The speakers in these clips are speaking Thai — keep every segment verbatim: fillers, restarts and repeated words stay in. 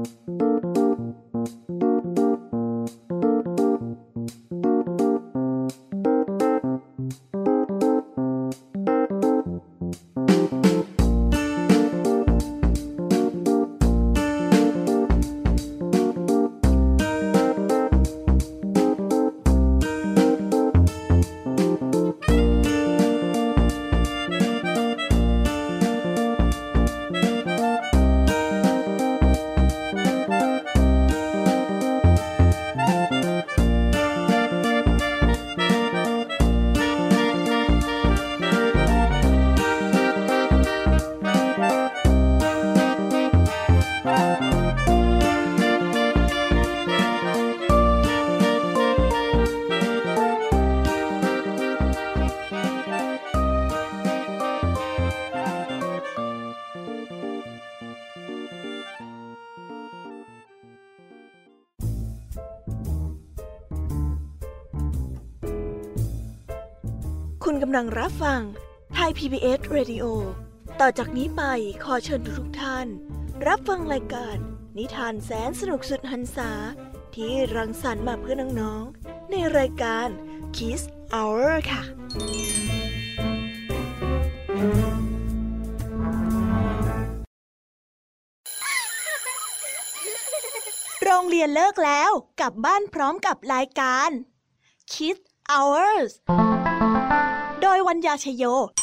คุณกำลังรับฟังไทย พี บี เอส Radio ต่อจากนี้ไปขอเชิญทุกท่านรับฟังรายการนิทานแสนสนุกสุดหรรษาที่รังสรรค์มาเพื่อน้องๆในรายการ Kids Hour ค่ะโรงเรียนเลิกแล้วกลับบ้านพร้อมกับรายการ Kids Hoursโดยวัญญาชโย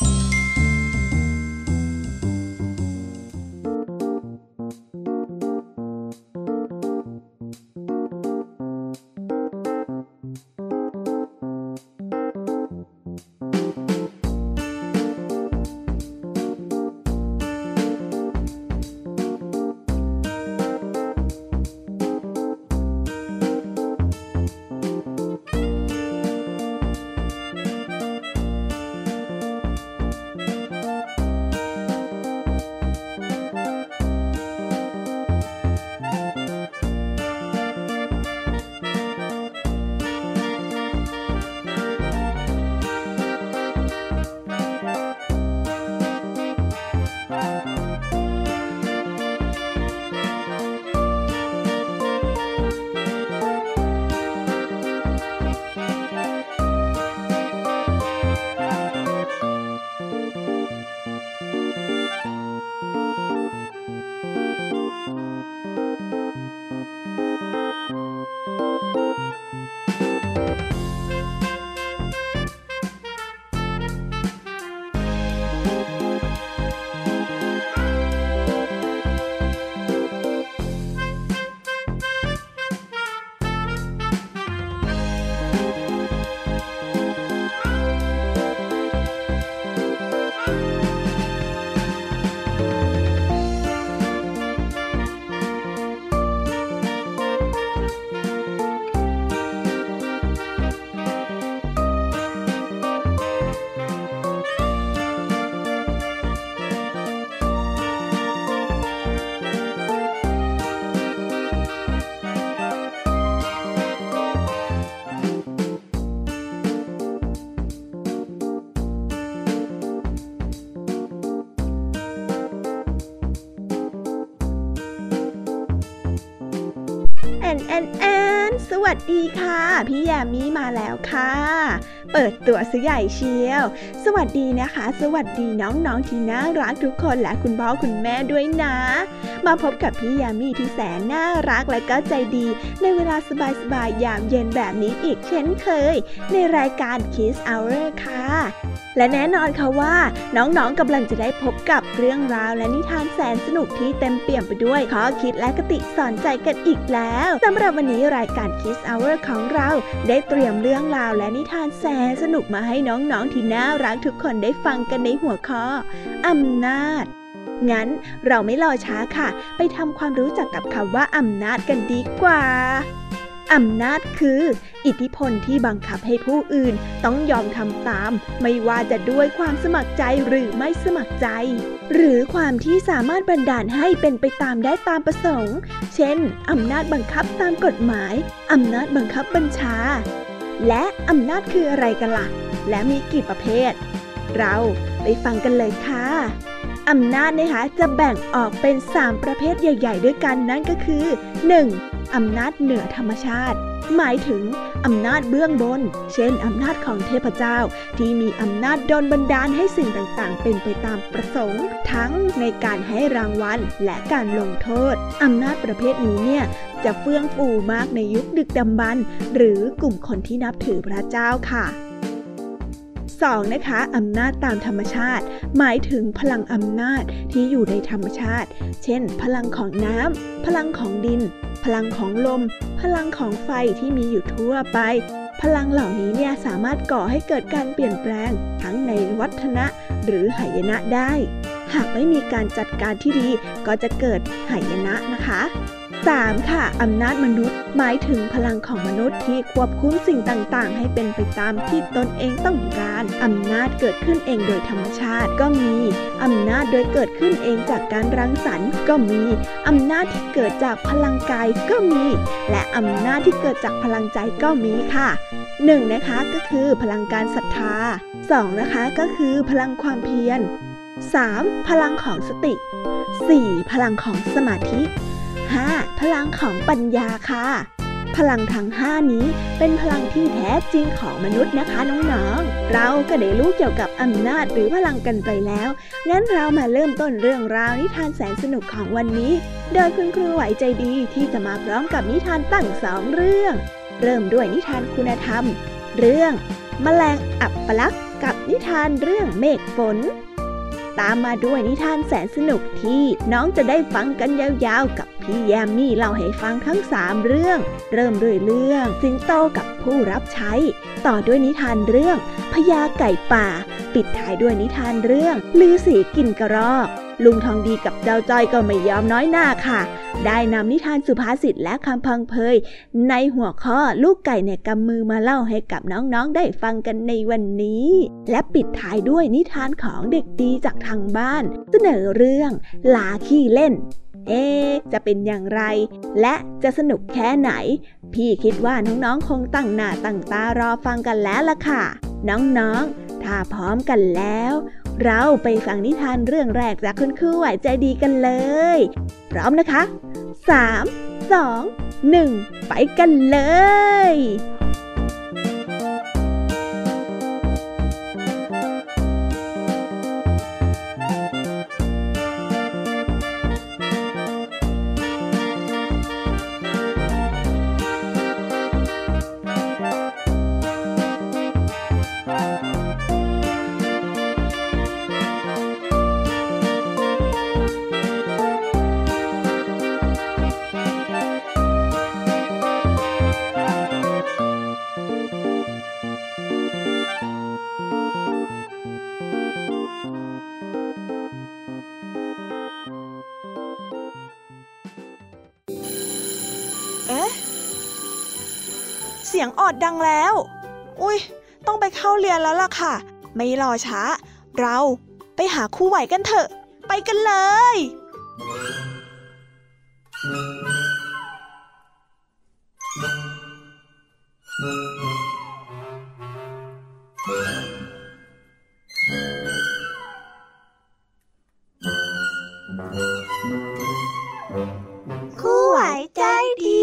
แอนแอนแอนสวัสดีค่ะพี่แยมมี่มาแล้วค่ะเปิดตัวซะใหญ่เชียวสวัสดีนะคะสวัสดีน้องๆที่น่ารักทุกคนและคุณพ่อคุณแม่ด้วยนะมาพบกับพี่แยมมี่ที่แสนน่ารักและก็ใจดีในเวลาสบายๆยามเย็นแบบนี้อีกเช่นเคยในรายการ Kids Hour ค่ะและแน่นอนค่ะว่าน้องๆกำลังจะได้พบกับเรื่องราวและนิทานแสนสนุกที่เต็มเปี่ยมไปด้วยข้อคิดและคติสอนใจกันอีกแล้วสำหรับวันนี้รายการ Kids Hour ของเราได้เตรียมเรื่องราวและนิทานแสนสนุกมาให้น้องๆที่น่ารักทุกคนได้ฟังกันในหัวข้ออำนาจงั้นเราไม่รอช้าค่ะไปทำความรู้จักกับคำว่าอำนาจกันดีกว่าอำนาจคืออิทธิพลที่บังคับให้ผู้อื่นต้องยอมทำตามไม่ว่าจะด้วยความสมัครใจหรือไม่สมัครใจหรือความที่สามารถบันดาลให้เป็นไปตามได้ตามประสงค์เช่นอำนาจบังคับตามกฎหมายอำนาจบังคับบัญชาและอำนาจคืออะไรกันล่ะและมีกี่ประเภทเราไปฟังกันเลยค่ะอำนาจนะคะจะแบ่งออกเป็นสามประเภทใหญ่ๆด้วยกันนั่นก็คือ หนึ่ง. อำนาจเหนือธรรมชาติหมายถึงอำนาจเบื้องบนเช่นอำนาจของเทพเจ้าที่มีอำนาจดลบันดาลให้สิ่งต่างๆเป็นไปตามประสงค์ทั้งในการให้รางวัลและการลงโทษอำนาจประเภทนี้เนี่ยจะเฟื่องฟูมากในยุคดึกดำบรรพ์หรือกลุ่มคนที่นับถือพระเจ้าค่ะสองนะคะอำนาจตามธรรมชาติหมายถึงพลังอำนาจที่อยู่ในธรรมชาติเช่นพลังของน้ำพลังของดินพลังของลมพลังของไฟที่มีอยู่ทั่วไปพลังเหล่านี้เนี่ยสามารถก่อให้เกิดการเปลี่ยนแปลงทั้งในวัฏนะหรือหายนะได้หากไม่มีการจัดการที่ดีก็จะเกิดหายนะนะคะสามค่ะอำนาจมนุษย์หมายถึงพลังของมนุษย์ที่ควบคุมสิ่งต่างๆให้เป็นไปตามที่ตนเองต้องการอำนาจเกิดขึ้นเองโดยธรรมชาติก็มีอำนาจโดยเกิดขึ้นเองจากการรังสรรค์ก็มีอำนาจที่เกิดจากพลังกายก็มีและอำนาจที่เกิดจากพลังใจก็มีค่ะหนึ่งนะคะก็คือพลังการศรัทธาสองนะคะก็คือพลังความเพียรสามพลังของสติสี่พลังของสมาธิห้าพลังของปัญญาค่ะพลังทั้งห้านี้เป็นพลังที่แท้จริงของมนุษย์นะคะน้องๆเราก็ได้รู้เกี่ยวกับอำนาจหรือพลังกันไปแล้วงั้นเรามาเริ่มต้นเรื่องราวนิทานแสนสนุกของวันนี้โดยคุณครูไหวใจดีที่จะมาพร้อมกับนิทานตั้งสองเรื่องเริ่มด้วยนิทานคุณธรรมเรื่องแมลงอัปลักษณ์กับนิทานเรื่องเมฆฝนตามมาด้วยนิทานแสนสนุกที่น้องจะได้ฟังกันยาวๆกับพี่แยมมี่เล่าให้ฟังทั้งสามเรื่องเริ่มด้วยเรื่องสิงโตกับผู้รับใช้ต่อด้วยนิทานเรื่องพญาไก่ป่าปิดท้ายด้วยนิทานเรื่องฤาษีกินกระรอกลุงทองดีกับเจ้าจ้อยก็ไม่ยอมน้อยหน้าค่ะได้นำนิทานสุภาษิตและคำพังเพยในหัวข้อลูกไก่ในกำมือมาเล่าให้กับน้องๆได้ฟังกันในวันนี้และปิดท้ายด้วยนิทานของเด็กดีจากทางบ้านเสนอเรื่องลาขี้เล่นเอ๊ะจะเป็นอย่างไรและจะสนุกแค่ไหนพี่คิดว่าน้องๆคงตั้งหน้าตั้งตารอฟังกันแล้วล่ะค่ะน้องๆถ้าพร้อมกันแล้วเราไปฟังนิทานเรื่องแรกจากคุณครูไหวใจดีกันเลยพร้อมนะคะสาม สอง หนึ่งไปกันเลยเสียงออดดังแล้วอุ๊ยต้องไปเข้าเรียนแล้วล่ะค่ะไม่รอช้าเราไปหาครูไหวกันเถอะไปกันเลยครูไหวใจดี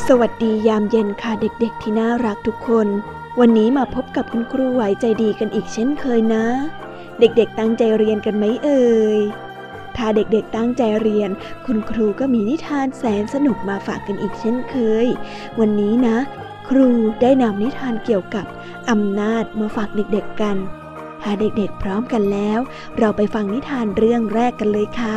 สวัสดียามเย็นค่ะเด็กๆที่น่ารักทุกคนวันนี้มาพบกับคุณครูไหวใจดีกันอีกเช่นเคยนะเด็กๆตั้งใจเรียนกันไหมเอ่ยถ้าเด็กๆตั้งใจเรียนคุณครูก็มีนิทานแสนสนุกมาฝากกันอีกเช่นเคยวันนี้นะครูได้นำนิทานเกี่ยวกับอำนาจมาฝากเด็กๆกันถ้าเด็กๆพร้อมกันแล้วเราไปฟังนิทานเรื่องแรกกันเลยค่ะ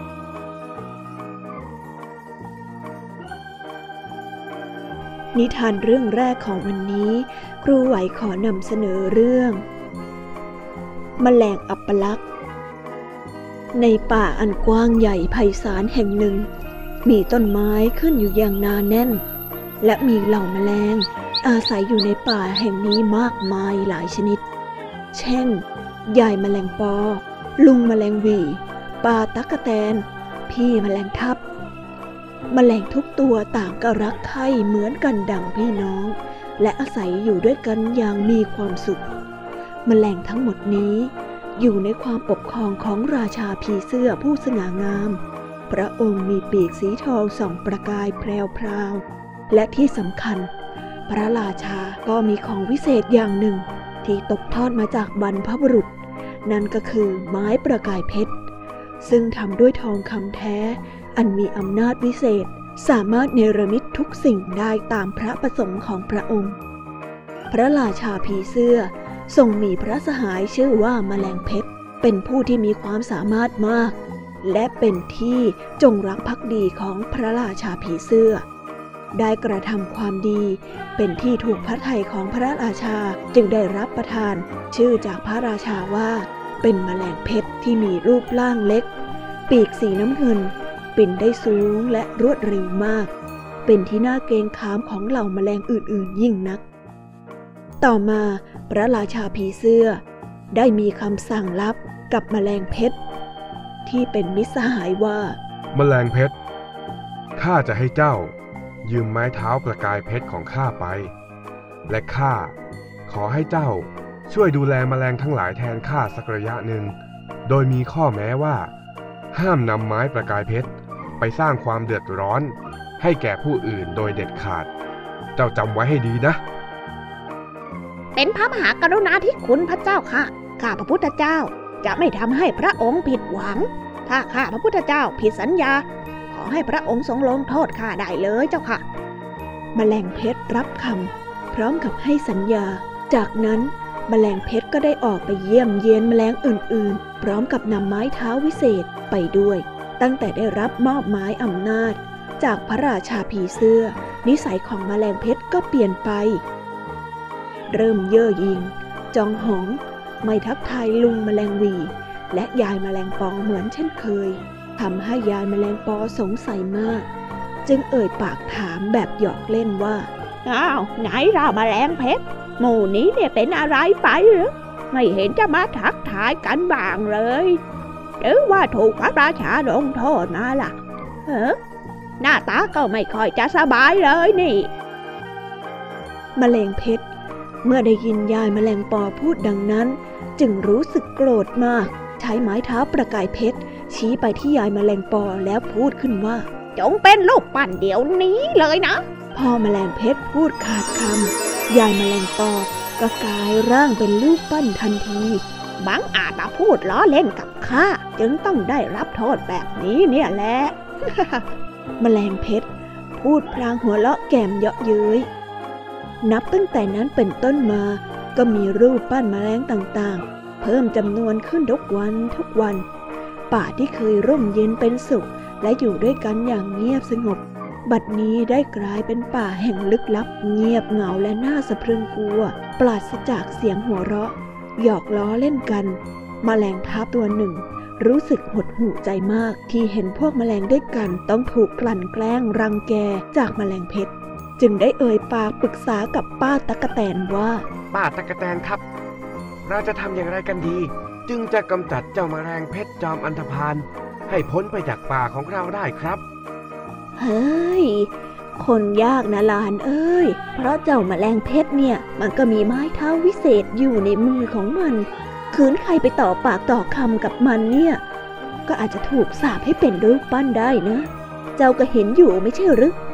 นิทานเรื่องแรกของวันนี้ครูไหวขอนำเสนอเรื่องแมลงอัปลักษณ์ในป่าอันกว้างใหญ่ไพศาลแห่งหนึ่งมีต้นไม้ขึ้นอยู่อย่างหนาแน่นและมีเหล่าแมลงอาศัยอยู่ในป่าแห่งนี้มากมายหลายชนิดเช่นยายแมลงปอลุงแมลงหวี่ป้าตั๊กแตนพี่แมลงทับแมลงทุกตัวต่างก็รักใคร่เหมือนกันดั่งพี่น้องและอาศัยอยู่ด้วยกันอย่างมีความสุขแมลงทั้งหมดนี้อยู่ในความปกครองของราชาผีเสื้อผู้สง่างามพระองค์มีปีกสีทองส่องประกายแพรวๆและที่สำคัญพระราชาก็มีของวิเศษอย่างหนึ่งที่ตกทอดมาจากบรรพบุรุษนั่นก็คือไม้ประกายเพชรซึ่งทำด้วยทองคำแท้อันมีอำนาจวิเศษสามารถเนรมิตทุกสิ่งได้ตามพระประสงค์ของพระองค์พระราชาผีเสื้อทรงมีพระสหายชื่อว่าแมลงเพชรเป็นผู้ที่มีความสามารถมากและเป็นที่จงรักภักดีของพระราชาผีเสื้อได้กระทำความดีเป็นที่ถูกพระทัยของพระราชาจึงได้รับประทานชื่อจากพระราชาว่าเป็นแมลงเพชรที่มีรูปร่างเล็กปีกสีน้ำเงินบินได้สูงและรวดเร็วมากเป็นที่น่าเกรงขามของเหล่าแมลงอื่นๆยิ่งนักต่อมาพระราชาผีเสื้อได้มีคำสั่งลับกับแมลงเพชรที่เป็นมิตรสหายว่าแมลงเพชรข้าจะให้เจ้ายืมไม้เท้าประกายเพชรของข้าไปและข้าขอให้เจ้าช่วยดูแลแมลงทั้งหลายแทนข้าสักระยะหนึ่งโดยมีข้อแม้ว่าห้ามนำไม้ประกายเพชรไปสร้างความเดือดร้อนให้แก่ผู้อื่นโดยเด็ดขาดเจ้าจำไว้ให้ดีนะเป็นพระมหากรุณาธิคุณพระเจ้าค่ะข้าพระพุทธเจ้าจะไม่ทำให้พระองค์ผิดหวังถ้าข้าพระพุทธเจ้าผิดสัญญาขอให้พระองค์ทรงลงโทษข้าได้เลยเจ้าค่ะแมลงเพชรรับคำพร้อมกับให้สัญญาจากนั้นแมลงเพชรก็ได้ออกไปเยี่ยมเยียนแมลงอื่นๆพร้อมกับนำไม้เท้าวิเศษไปด้วยตั้งแต่ได้รับมอบหมายอำนาจจากพระราชาผีเสื้อนิสัยของแมลงเพชรก็เปลี่ยนไปเริ่มเย่อหยิ่งจองหองไม่ทักทายลุงแมลงหวี่และยายแมลงปอเหมือนเช่นเคยทำให้ยายแมลงปอสงสัยมากจึงเอ่ยปากถามแบบหยอกเล่นว่าอ้าวไหนเราแมลงเพชรหมู่นี้เนี่ยเป็นอะไรไปหรือไม่เห็นจะมาทักทายกันบ้างเลยหรือว่าถูกพระราชาลงโทษมาล่ะเฮ้อหน้าตาก็ไม่ค่อยจะสบายเลยนี่แมลงเพชรเมื่อได้ยินยายแมลงปอพูดดังนั้นจึงรู้สึกโกรธมากใช้ไม้เท้าประกายเพชรชี้ไปที่ยายแมลงปอแล้วพูดขึ้นว่าจงเป็นลูกปั้นเดี๋ยวนี้เลยนะพอแมลงเพชรพูดขาดคำยายแมลงปอก็กลายร่างเป็นลูกปั้นทันทีบังอาจมาพูดล้อเล่นกับข้าจึงต้องได้รับโทษแบบนี้เนี่ยแหละแมลงเพชรพูดพลางหัวเราะแก้มเยาะเย้ยนับตั้งแต่นั้นเป็นต้นมาก็มีรูปปั้นแมลงต่างๆเพิ่มจำนวนขึ้นทุกวันทุกวันป่าที่เคยร่มเย็นเป็นสุขและอยู่ด้วยกันอย่างเงียบสงบบัดนี้ได้กลายเป็นป่าแห่งลึกลับเงียบเหงาและน่าสะพรึงกลัวปราศจากเสียงหัวเราะหยอกล้อเล่นกันแมลงทับตัวหนึ่งรู้สึกหดหู่ใจมากที่เห็นพวกแมลงด้วยกันต้องถูกกลั่นแกล้งรังแกจากแมลงเพชรจึงได้เอ่ยปากปรึกษากับป้าตั๊กแตนว่าป้าตั๊กแตนครับเราจะทำอย่างไรกันดีจึงจะกำจัดเจ้าแมลงเพชรจอมอันธพาลให้พ้นไปจากป่าของเราได้ครับเฮ้ยคนยากนะหลานเอ้ยเพราะเจ้าแมลงเพชรเนี่ยมันก็มีไม้เท้าวิเศษอยู่ในมือของมันขืนใครไปต่อปากต่อคำกับมันเนี่ยก็อาจจะถูกสาปให้เป็นรูปปั้นได้นะเจ้าก็เห็นอยู่ไม่ใช่หรือ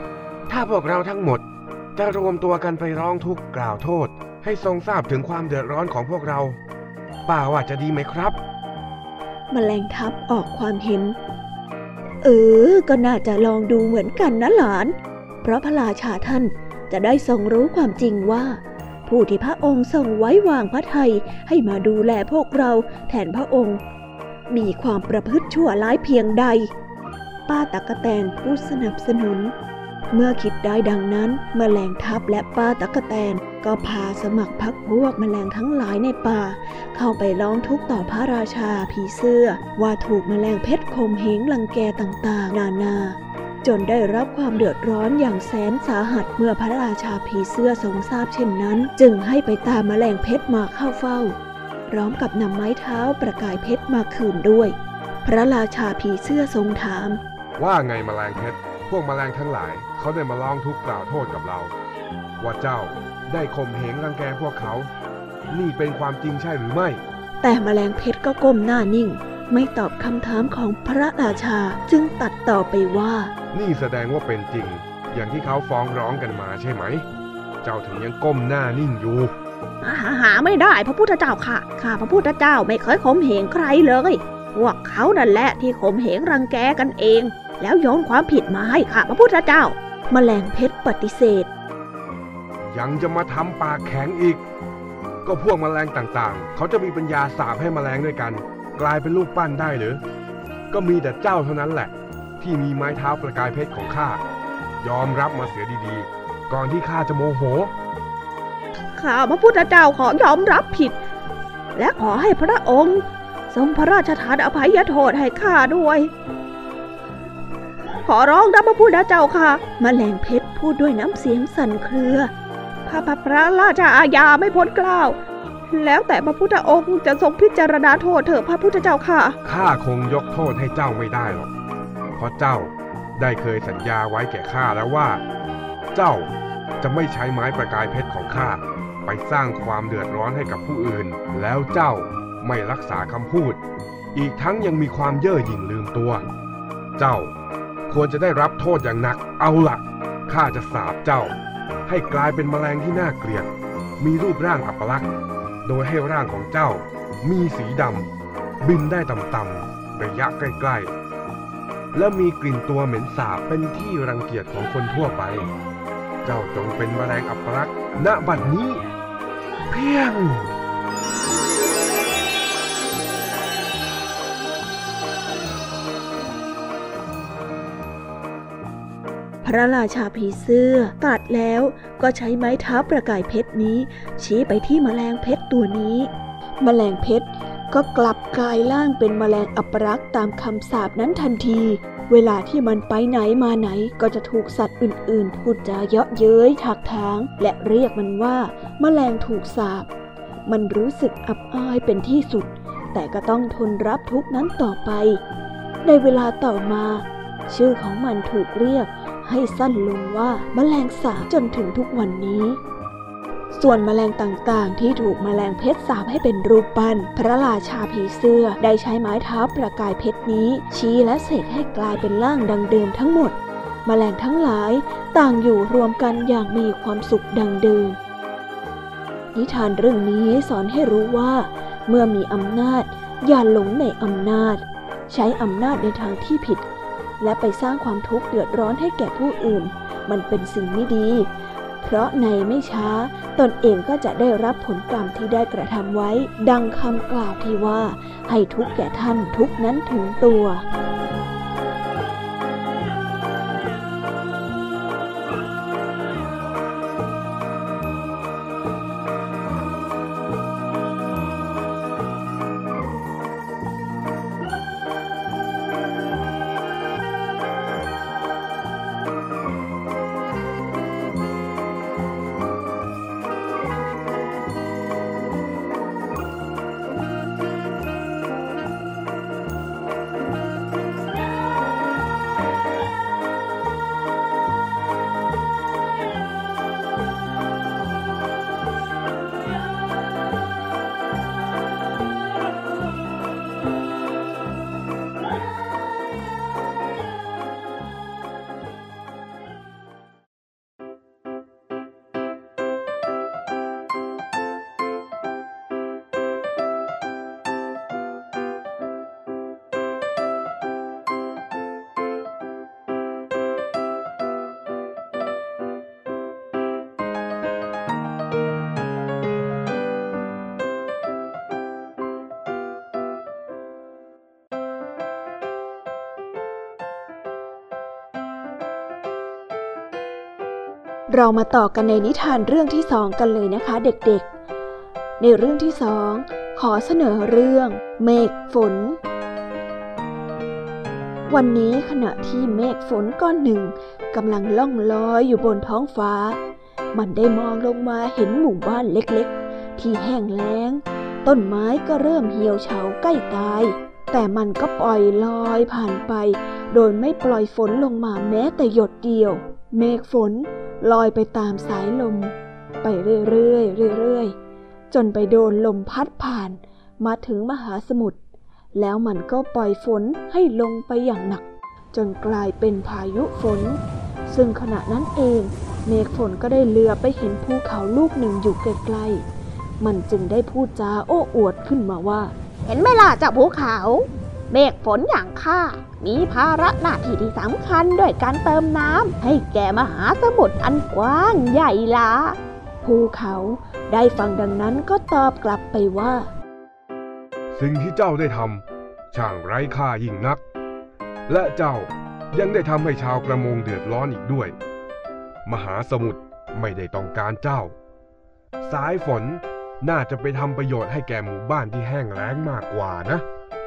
ถ้าพวกเราทั้งหมดจะรวมตัวกันไปร้องทุกข์กล่าวโทษให้ทรงทราบถึงความเดือดร้อนของพวกเราป้าว่าจะดีไหมครับแมลงทับออกความเห็นเออก็น่าจะลองดูเหมือนกันนะหลานเพราะพระราชาท่านจะได้ทรงรู้ความจริงว่าผู้ที่พระองค์ทรงไว้วางพระทัยให้มาดูแลพวกเราแทนพระองค์มีความประพฤติชั่วร้ายเพียงใดป้าตั๊กแตนผู้สนับสนุนเมื่อคิดได้ดังนั้นแมลงทับและป้าตั๊กแตนก็พาสมัครพรรคพวกแมลงทั้งหลายในป่าเข้าไปร้องทุกข์ต่อพระราชาผีเสื้อว่าถูกแมลงเพชรข่มเหงรังแกต่างๆนานาจนได้รับความเดือดร้อนอย่างแสนสาหัสเมื่อพระราชาผีเสื้อทรงทราบเช่นนั้นจึงให้ไปตามแมลงเพชรมาเข้าเฝ้าพร้อมกับนำไม้เท้าประกายเพชรมาคืนด้วยพระราชาผีเสื้อทรงถามว่าไงแมลงเพชรพวกแมลงทั้งหลายเขาได้มาร้องทุกข์กล่าวโทษกับเราว่าเจ้าได้ข่มเหงรังแกพวกเขานี่เป็นความจริงใช่หรือไม่แต่แมลงเพชรก็ก้มหน้านิ่งไม่ตอบคำถามของพระราชาจึงตัดต่อไปว่านี่แสดงว่าเป็นจริงอย่างที่เขาฟ้องร้องกันมาใช่ไหมเจ้าถึงยังก้มหน้านิ่งอยู่หาหาไม่ได้พระพุทธเจ้าค่ะข้าพระพุทธเจ้าไม่เคยข่มเหงใครเลยพวกเขานั่นแหละที่ข่มเหงรังแกกันเองแล้วโยนความผิดมาให้ข้าพระพุทธเจ้าแมลงเพชรปฏิเสธยังจะมาทำปากแข็งอีกก็พวกแมลงต่างๆเขาจะมีปัญญาสาปให้แมลงด้วยกันกลายเป็นลูกปั้นได้หรือก็มีแต่เจ้าเท่านั้นแหละที่มีไม้เท้าประกายเพชรของข้ายอมรับมาเสียดีๆก่อนที่ข้าจะโมโหข้าพระพุทธเจ้าขอยอมรับผิดและขอให้พระองค์ทรงพระราชทานอภัยโทษให้ข้าด้วยขอร้องนะพระพุทธเจ้าค่ะแมลงเพชรพูดด้วยน้ำเสียงสั่นเครือพระพระราชาอาญาไม่พ้นเกล้าแล้วแต่พระพุทธองค์จะทรงพิจารณาโทษเถิดพระพุทธเจ้าค่ะข้าคงยกโทษให้เจ้าไม่ได้หรอกเพราะเจ้าได้เคยสัญญาไว้แก่ข้าแล้วว่าเจ้าจะไม่ใช้ไม้ประกายเพชรของข้าไปสร้างความเดือดร้อนให้กับผู้อื่นแล้วเจ้าไม่รักษาคำพูดอีกทั้งยังมีความเย่อหยิ่งลืมตัวเจ้าควรจะได้รับโทษอย่างหนักเอาล่ะข้าจะสาปเจ้าให้กลายเป็นแมลงที่น่าเกลียดมีรูปร่างอัปลักษณ์โดยให้ร่างของเจ้ามีสีดำบินได้ต่ำๆระยะใกล้ๆและมีกลิ่นตัวเหม็นสาบเป็นที่รังเกียจของคนทั่วไปเจ้าจงเป็นแมลงอัปลักษณ์ณบัดนี้เพียงพระราชาผีเสื้อตรัสแล้วก็ใช้ไม้เท้าประกายเพชรนี้ชี้ไปที่แมลงเพชรตัวนี้แมลงเพชรก็กลับกลายร่างเป็นแมลงอัปลักษณ์ตามคำสาปนั้นทันทีเวลาที่มันไปไหนมาไหนก็จะถูกสัตว์อื่นๆพูดจาเยาะเย้ยถักถางและเรียกมันว่าแมลงถูกสาปมันรู้สึกอับอายเป็นที่สุดแต่ก็ต้องทนรับทุกข์นั้นต่อไปในเวลาต่อมาชื่อของมันถูกเรียกให้สั้นลงว่าแมลงสาบจนถึงทุกวันนี้ส่วนแมลงต่างๆที่ถูกแมลงเพชรสาปให้เป็นรูปปั้นพระราชาผีเสื้อได้ใช้ไม้เท้าประกายเพชรนี้ชี้และเสกให้กลายเป็นร่างดังเดิมทั้งหมดแมลงทั้งหลายต่างอยู่รวมกันอย่างมีความสุขดังเดิมนิทานเรื่องนี้สอนให้รู้ว่าเมื่อมีอำนาจอย่าหลงในอำนาจใช้อำนาจในทางที่ผิดและไปสร้างความทุกข์เดือดร้อนให้แก่ผู้อื่นมันเป็นสิ่งไม่ดีเพราะในไม่ช้าตนเองก็จะได้รับผลกรรมที่ได้กระทำไว้ดังคำกล่าวที่ว่าให้ทุกข์แก่ท่านทุกข์นั้นถึงตัวเรามาต่อกันในนิทานเรื่องที่สองกันเลยนะคะเด็กๆในเรื่องที่สองขอเสนอเรื่องเมฆฝนวันนี้ขณะที่เมฆฝนก้อนหนึ่งกำลังล่องลอยอยู่บนท้องฟ้ามันได้มองลงมาเห็นหมู่บ้านเล็กๆที่แห้งแล้งต้นไม้ก็เริ่มเหี่ยวเฉาใกล้ตายแต่มันก็ปล่อยลอยผ่านไปโดยไม่ปล่อยฝนลงมาแม้แต่หยดเดียวเมฆฝนลอยไปตามสายลมไปเรื่อยๆเรื่อยๆจนไปโดนลมพัดผ่านมาถึงมหาสมุทรแล้วมันก็ปล่อยฝนให้ลงไปอย่างหนักจนกลายเป็นพายุฝนซึ่งขณะนั้นเองเมฆฝนก็ได้เหลือบไปเห็นภูเขาลูกหนึ่งอยู่ใกล้ๆมันจึงได้พูดจาโอ้อวดขึ้นมาว่าเห็นไหมล่ะเจ้าภูเขาเมฆฝนอย่างข้ามีภาระหน้าที่ที่สำคัญด้วยการเติมน้ำให้แก่มหาสมุทรอันกว้างใหญ่ละภูเขาได้ฟังดังนั้นก็ตอบกลับไปว่าสิ่งที่เจ้าได้ทำช่างไร้ค่ายิ่งนักและเจ้ายังได้ทำให้ชาวประมงเดือดร้อนอีกด้วยมหาสมุทรไม่ได้ต้องการเจ้าสายฝนน่าจะไปทำประโยชน์ให้แก่หมู่บ้านที่แห้งแล้งมากกว่านะ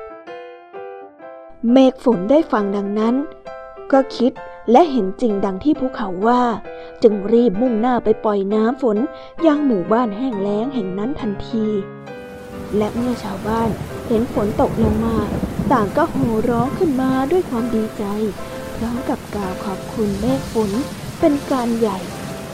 เมฆฝนได้ฟังดังนั้นก็คิดและเห็นจริงดังที่ภูเขาว่าจึงรีบมุ่งหน้าไปปล่อยน้ำฝนยังหมู่บ้านแห้งแล้งแห่งนั้นทันทีและเมื่อชาวบ้านเห็นฝนตกลงมาต่างก็โห่ร้องขึ้นมาด้วยความดีใจพร้อมกับกล่าวขอบคุณเมฆฝนเป็นการใหญ่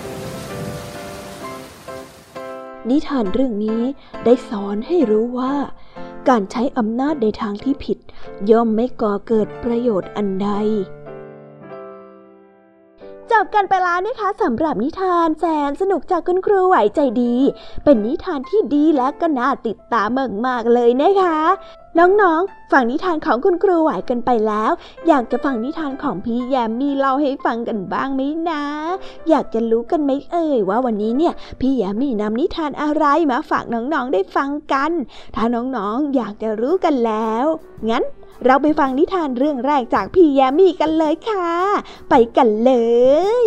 นิทานเรื่องนี้ได้สอนให้รู้ว่าการใช้อำนาจในทางที่ผิดย่อมไม่ก่อเกิดประโยชน์อันใดจบกันไปแล้วนะคะสำหรับนิทานแสนสนุกจากคุณครูไหวใจดีเป็นนิทานที่ดีและก็น่าติดตามมากๆเลยนะคะน้องๆฟังนิทานของคุณครูไหวกันไปแล้วอยากจะฟังนิทานของพี่แยมมี่เล่าให้ฟังกันบ้างไหมนะอยากจะรู้กันไหมเอ่ยว่าวันนี้เนี่ยพี่แยมมี่นำนิทานอะไรมาฝากน้องๆได้ฟังกันถ้าน้องๆอยากจะรู้กันแล้วงั้นเราไปฟังนิทานเรื่องแรกจากพี่แยมมี่กันเลยค่ะไปกันเลย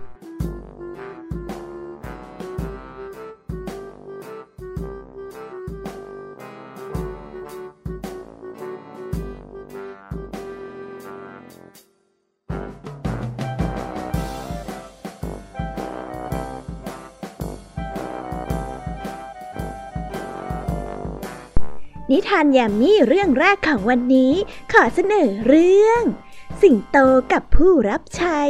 นิทานแยมมี่เรื่องแรกของวันนี้ขอเสนอเรื่องสิงโตกับผู้รับใช้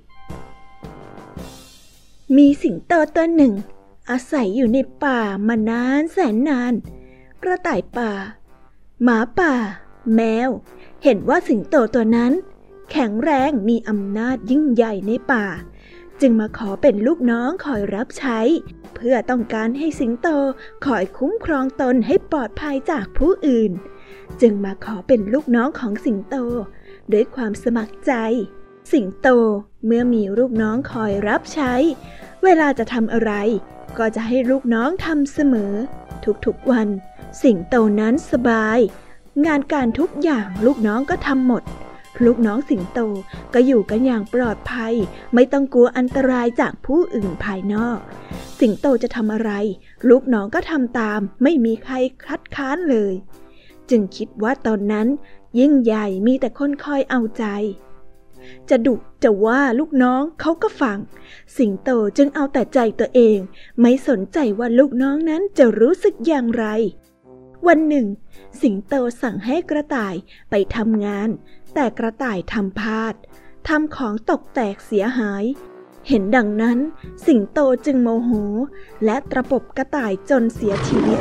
มีสิงโตตัวหนึ่งอาศัยอยู่ในป่ามานานแสนนานกระต่ายป่าหมาป่าแมวเห็นว่าสิงโตตัวนั้นแข็งแรงมีอำนาจยิ่งใหญ่ในป่าจึงมาขอเป็นลูกน้องคอยรับใช้เพื่อต้องการให้สิงโตคอยคุ้มครองตนให้ปลอดภัยจากผู้อื่นจึงมาขอเป็นลูกน้องของสิงโตด้วยความสมัครใจสิงโตเมื่อมีลูกน้องคอยรับใช้เวลาจะทำอะไรก็จะให้ลูกน้องทำเสมอทุกๆวันสิงโตนั้นสบายงานการทุกอย่างลูกน้องก็ทำหมดลูกน้องสิงโตก็อยู่กันอย่างปลอดภัยไม่ต้องกลัวอันตรายจากผู้อื่นภายนอกสิงโตจะทำอะไรลูกน้องก็ทำตามไม่มีใครคัดค้านเลยจึงคิดว่าตอนนั้นยิ่งใหญ่มีแต่คนคอยเอาใจจะดุจะว่าลูกน้องเขาก็ฟังสิงโตจึงเอาแต่ใจตัวเองไม่สนใจว่าลูกน้องนั้นจะรู้สึกอย่างไรวันหนึ่งสิงโตสั่งให้กระต่ายไปทำงานแต่กระต่ายทำพลาดทำของตกแตกเสียหายเห็นดังนั้นสิงโตจึงโมโหและตระปบกระต่ายจนเสียชีวิต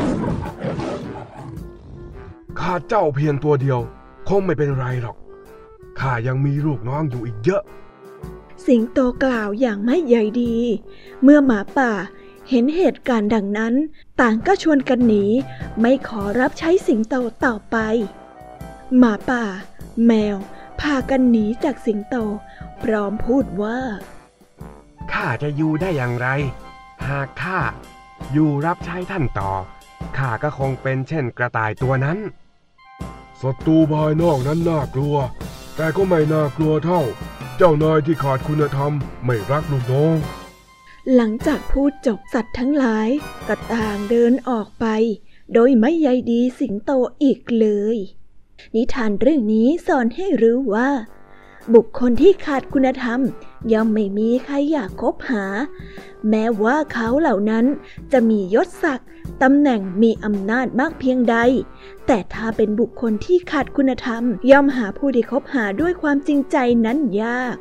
ข้าเจ้าเพียงตัวเดียวคงไม่เป็นไรหรอกข้ายังมีลูกน้องอยู่อีกเยอะสิงโตกล่าวอย่างไม่ใยดีเมื่อหมาป่าเห็นเหตุการณ์ดังนั้นต่างก็ชวนกันหนีไม่ขอรับใช้สิงโตต่อไปหมาป่าแมวพากันหนีจากสิงโตพร้อมพูดว่าข้าจะอยู่ได้อย่างไรหากข้าอยู่รับใช้ท่านต่อข้าก็คงเป็นเช่นกระต่ายตัวนั้นศัตรูภายนอกนั้นน่ากลัวแต่ก็ไม่น่ากลัวเท่าเจ้านายที่ขาดคุณธรรมไม่รักลูกน้องหลังจากพูดจบสัตว์ทั้งหลายก็ต่างเดินออกไปโดยไม่ใยดีสิงโตอีกเลยนิทานเรื่องนี้สอนให้รู้ว่าบุคคลที่ขาดคุณธรรมย่อมไม่มีใครอยากคบหาแม้ว่าเขาเหล่านั้นจะมียศศักดิ์ตำแหน่งมีอำนาจมากเพียงใดแต่ถ้าเป็นบุคคลที่ขาดคุณธรรมย่อมหาผู้ที่คบหาด้วยความจริงใจนั้นยาก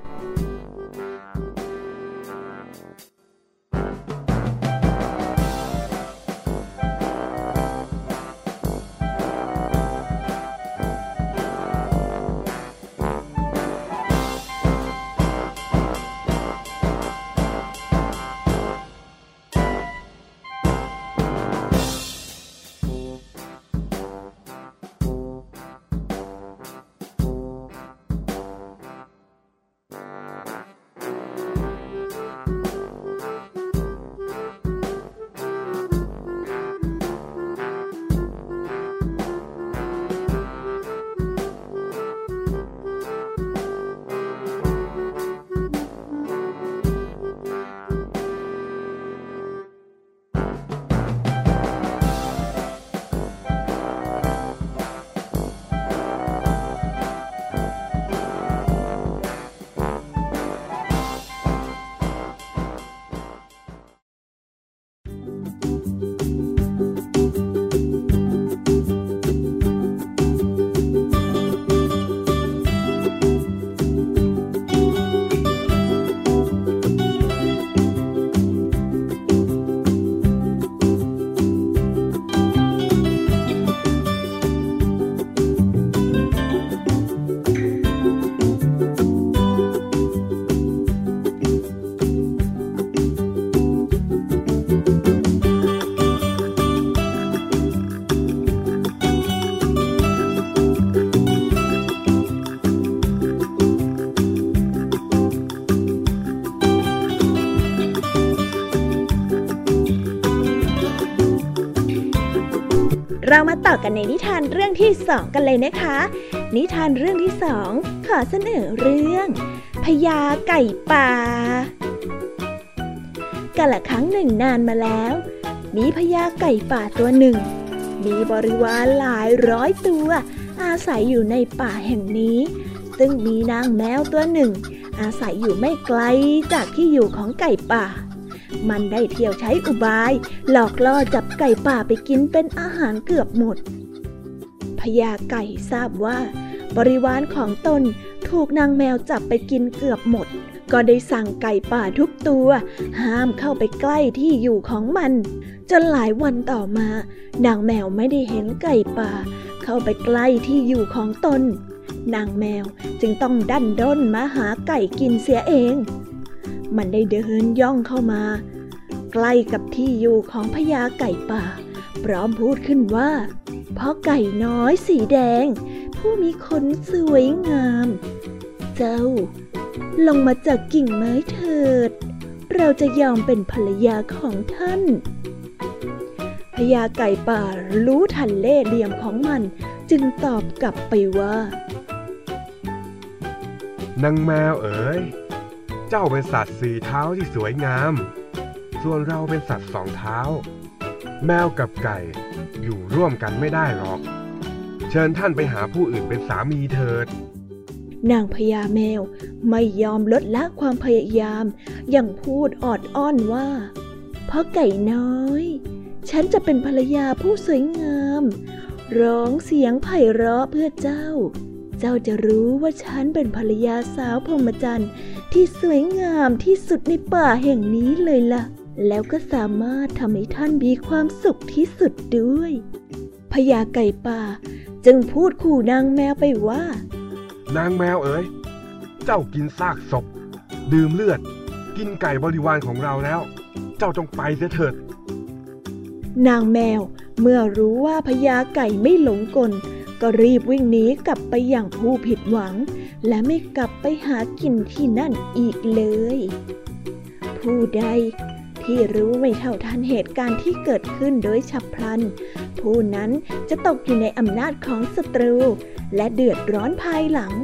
เรามาต่อกันในนิทานเรื่องที่สองกันเลยนะคะนิทานเรื่องที่สองขอเสนอเรื่องพญาไก่ป่ากาลครั้งหนึ่งนานมาแล้วมีพญาไก่ป่าตัวหนึ่งมีบริวารหลายร้อยตัวอาศัยอยู่ในป่าแห่งนี้ซึ่งมีนางแมวตัวหนึ่งอาศัยอยู่ไม่ไกลจากที่อยู่ของไก่ป่ามันได้เที่ยวใช้อุบายหลอกล่อจับไก่ป่าไปกินเป็นอาหารเกือบหมดพญาไก่ทราบว่าบริวารของตนถูกนางแมวจับไปกินเกือบหมดก็ได้สั่งไก่ป่าทุกตัวห้ามเข้าไปใกล้ที่อยู่ของมันจนหลายวันต่อมานางแมวไม่ได้เห็นไก่ป่าเข้าไปใกล้ที่อยู่ของตนนางแมวจึงต้องดันด้นมาหาไก่กินเสียเองมันได้เดินย่องเข้ามาใกล้กับที่อยู่ของพญาไก่ป่าพร้อมพูดขึ้นว่าพ่อไก่น้อยสีแดงผู้มีขนสวยงามเจ้าลงมาจากกิ่งไม้เถิดเราจะยอมเป็นภรรยาของท่านพญาไก่ป่ารู้ทันเล่ห์เหลี่ยมของมันจึงตอบกลับไปว่านางแมวเอ๋ยเจ้าเป็นสัตว์สี่เท้าที่สวยงามส่วนเราเป็นสัตว์สองเท้าแมวกับไก่อยู่ร่วมกันไม่ได้หรอกเชิญท่านไปหาผู้อื่นเป็นสามีเถิดนางพญาแมวไม่ยอมลดละความพยายามยังพูดออดอ้อนว่าพ่อไก่น้อยฉันจะเป็นภรรยาผู้สวยงามร้องเสียงไพเราะเพื่อเจ้าเจ้าจะรู้ว่าฉันเป็นภรรยาสาวพรหมจรรย์ที่สวยงามที่สุดในป่าแห่งนี้เลยล่ะแล้วก็สามารถทำให้ท่านมีความสุขที่สุดด้วยพญาไก่ป่าจึงพูดขู่นางแมวไปว่านางแมวเอ๋ยเจ้ากินซากศพดื่มเลือดกินไก่บริวารของเราแล้วเจ้าจงไปเสียเถิดนางแมวเมื่อรู้ว่าพญาไก่ไม่หลงกลก็รีบวิ่งหนีกลับไปอย่างผู้ผิดหวังและไม่กลับไปหากินที่นั่นอีกเลยผู้ใดที่รู้ไม่เท่าทันเหตุการณ์ที่เกิดขึ้นโดยฉับพลันผู้นั้นจะตกอยู่ในอำนาจของศัตรูและเดือดร้อนภายหลัง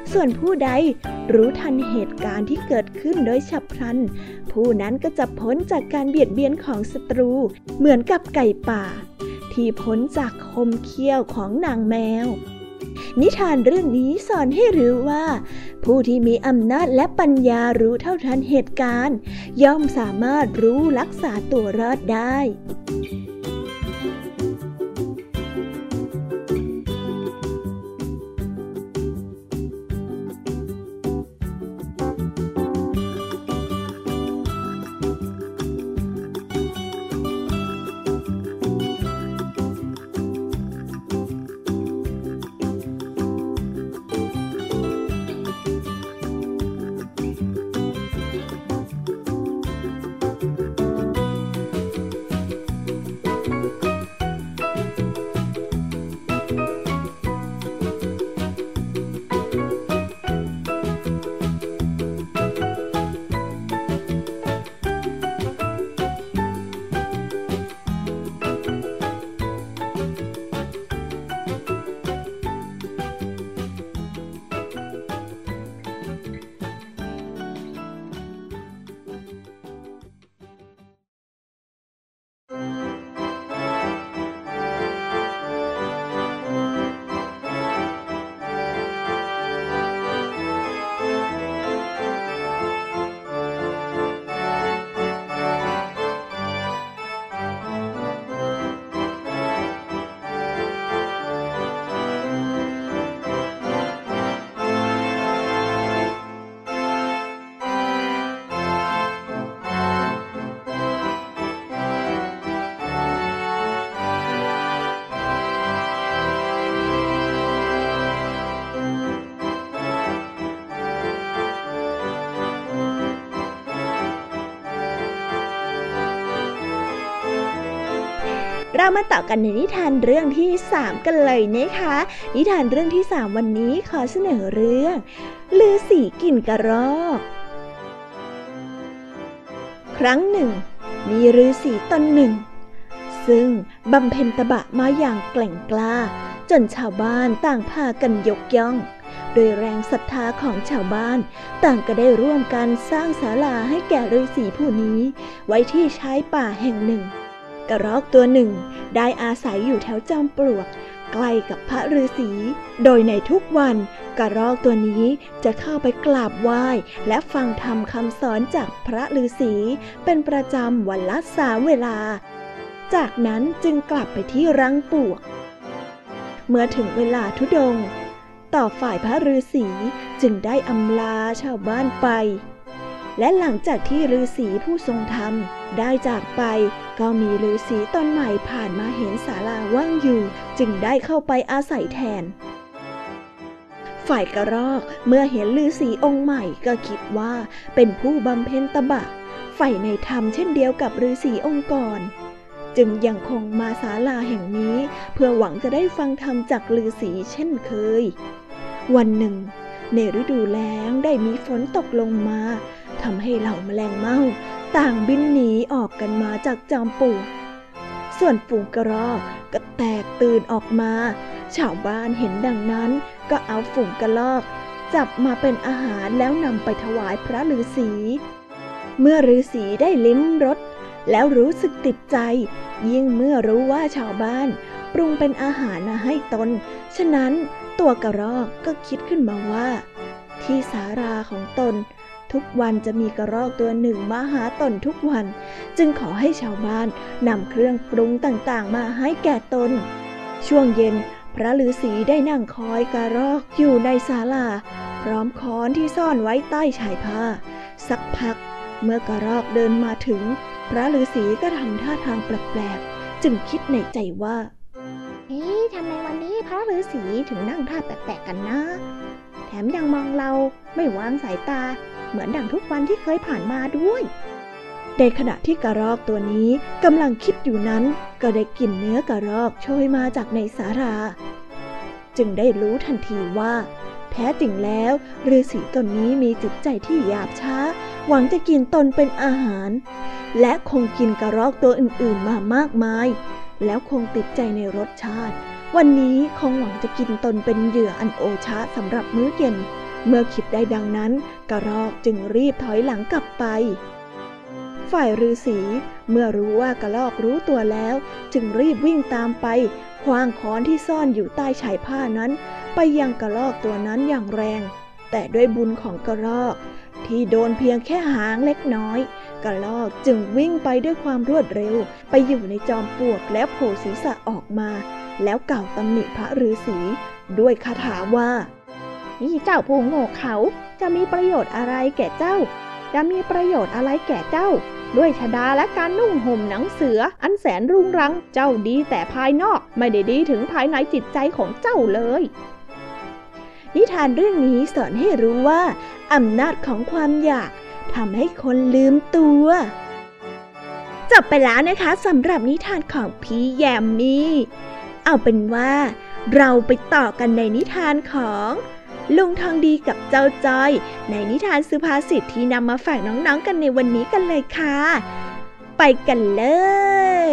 ส่วนผู้ใดรู้ทันเหตุการณ์ที่เกิดขึ้นโดยฉับพลันผู้นั้นก็จะพ้นจากการเบียดเบียนของศัตรูเหมือนกับไก่ป่าที่พ้นจากคมเขี้ยวของนางแมวนิทานเรื่องนี้สอนให้รู้ว่าผู้ที่มีอำนาจและปัญญารู้เท่าทันเหตุการณ์ย่อมสามารถรู้รักษาตัวรอดได้เรามาต่อกันในนิทานเรื่องที่สามกันเลยนะคะนิทานเรื่องที่สามวันนี้ขอเสนอเรื่องฤาษีกินกระรอกครั้งหนึ่งมีฤาษีตนหนึ่งซึ่งบำเพ็ญตบะมาอย่างแกร่งกล้าจนชาวบ้านต่างพากันยกย่องโดยแรงศรัทธาของชาวบ้านต่างก็ได้ร่วมกันสร้างศาลาให้แก่ฤาษีผู้นี้ไว้ที่ชายป่าแห่งหนึ่งกระรอกตัวหนึ่งได้อาศัยอยู่แถวจอมปลวกใกล้กับพระฤาษีโดยในทุกวันกระรอกตัวนี้จะเข้าไปกราบไหว้และฟังธรรมคำสอนจากพระฤาษีเป็นประจำวันละสามเวลาจากนั้นจึงกลับไปที่รังปลวกเมื่อถึงเวลาธุดงค์ต่อฝ่ายพระฤาษีจึงได้อำลาชาวบ้านไปและหลังจากที่ฤาษีผู้ทรงธรรมได้จากไปก็มีฤาษีตนใหม่ผ่านมาเห็นศาลาว่างอยู่จึงได้เข้าไปอาศัยแทนฝ่ายกระรอกเมื่อเห็นฤาษีองค์ใหม่ก็คิดว่าเป็นผู้บำเพ็ญตบะใฝ่ในธรรมเช่นเดียวกับฤาษีองค์ก่อนจึงยังคงมาศาลาแห่งนี้เพื่อหวังจะได้ฟังธรรมจากฤาษีเช่นเคยวันหนึ่งในฤดูแล้งได้มีฝนตกลงมาทำให้เหล่าแมลงเม่าต่างบินหนีออกกันมาจากจอมปลวกส่วนฝูงกระรอกก็แตกตื่นออกมาชาวบ้านเห็นดังนั้นก็เอาฝูงกระรอกจับมาเป็นอาหารแล้วนำไปถวายพระฤาษีเมื่อฤาษีได้ลิ้มรสแล้วรู้สึกติดใจยิ่งเมื่อรู้ว่าชาวบ้านปรุงเป็นอาหารมาให้ตนฉะนั้นตัวกระรอกก็คิดขึ้นมาว่าที่ศาลาของตนทุกวันจะมีกระรอกตัวหนึ่งมาหาตนทุกวันจึงขอให้ชาวบ้านนำเครื่องปรุงต่างๆมาให้แก่ตนช่วงเย็นพระฤาษีได้นั่งคอยกระรอกอยู่ในศาลาพร้อมค้อนที่ซ่อนไว้ใต้ชายผ้าสักพักเมื่อกระรอกเดินมาถึงพระฤาษีก็ทำท่าทางแปลกๆจึงคิดในใจว่าเอ๊ะทำไมวันนี้พระฤาษีถึงนั่งท่าแปลกๆกันนะแถมยังมองเราไม่วางสายตาเหมือนดังทุกวันที่เคยผ่านมาด้วยในขณะที่กระรอกตัวนี้กำลังคิดอยู่นั้นก็ได้กลิ่นเนื้อกระรอกโชยมาจากในศาลาจึงได้รู้ทันทีว่าแท้จริงแล้วฤาษีตนนี้มีจิตใจที่หยาบช้าหวังจะกินตนเป็นอาหารและคงกินกระรอกตัวอื่นๆมามากมายแล้วคงติดใจในรสชาติวันนี้คงหวังจะกินตนเป็นเหยื่ออันโอชะสำหรับมื้อเย็นเมื่อคิดได้ดังนั้นกระรอกจึงรีบถอยหลังกลับไปฝ่ายฤาษีเมื่อรู้ว่ากระรอกรู้ตัวแล้วจึงรีบวิ่งตามไปขว้างค้อนที่ซ่อนอยู่ใต้ชายผ้านั้นไปยังกระรอกตัวนั้นอย่างแรงแต่ด้วยบุญของกระรอกที่โดนเพียงแค่หางเล็กน้อยกระรอกจึงวิ่งไปด้วยความรวดเร็วไปอยู่ในจอมปลวกแล้วโผล่ศีรษะออกมาแล้วกล่าวตำหนิพระฤาษีด้วยคาถาว่านี่เจ้าผู้โง่เขลาจะมีประโยชน์อะไรแก่เจ้าจะมีประโยชน์อะไรแก่เจ้าด้วยชฎาและการนุ่งห่มหนังเสืออันแสนรุงรังเจ้าดีแต่ภายนอกไม่ได้ดีถึงภายในจิตใจของเจ้าเลยนิทานเรื่องนี้สอนให้รู้ว่าอำนาจของความอยากทำให้คนลืมตัวจบไปแล้วนะคะสำหรับนิทานของพี่แยมมี่เอาเป็นว่าเราไปต่อกันในนิทานของลุงทองดีกับเจ้าจ้อยในนิทานสุภาษิตที่นำมาฝากน้องๆกันในวันนี้กันเลยค่ะไปกันเลย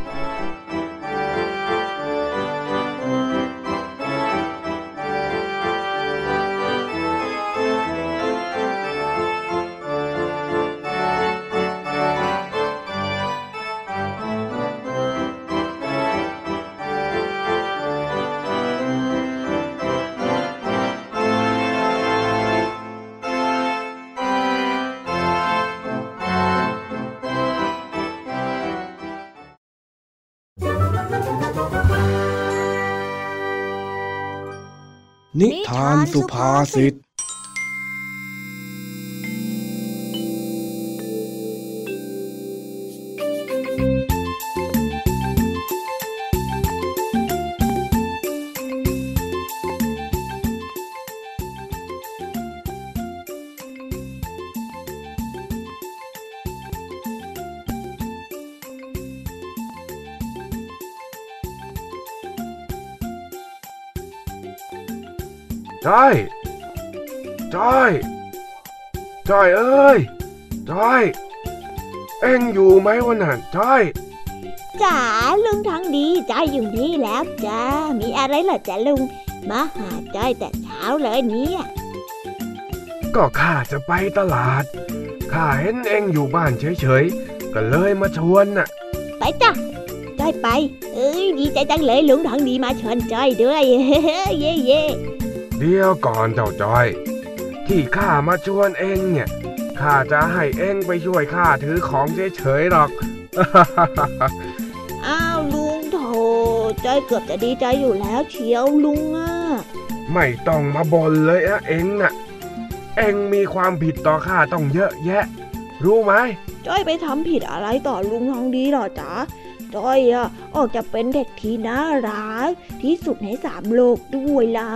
นิทานสุภาษิตจ้อยจ้อยจ้อยเอ้ยจ้อยเอ็งอยู่ไหมวะน่ะจ้อยจ๋าลุงทองดีจ้อยอยู่นี่แล้วจ้ามีอะไรเหรอจ๊ะลุงมาหาจ้อยแต่เช้าเลยเนี่ยก็ข้าจะไปตลาดข้าเห็นเอ็งอยู่บ้านเฉยๆก็เลยมาชวนน่ะไปจ้ะจ้อยไปเอ้ยดีใจจังเลยลุงทองดีมาชวนจ้อยด้วยเย่เย่เย่เดี๋ยวก่อนเจ้าจ้อยที่ข้ามาชวนเอ็งเนี่ยข้าจะให้เอ็งไปช่วยข้าถือของเฉยๆหรอกอ้าวลุงโถจ้อยเกือบจะดีใจอยู่แล้วเชียวลุงอ่ะไม่ต้องมาบ่นเลยอะเอ็งน่ะเอ็งมีความผิดต่อข้าต้องเยอะแยะรู้ไหมจ้อยไปทำผิดอะไรต่อลุงทองดีหรอจ๊ะจ้อยอ่ะออกจะเป็นเด็กที่น่ารักที่สุดในสามโลกด้วยล่ะ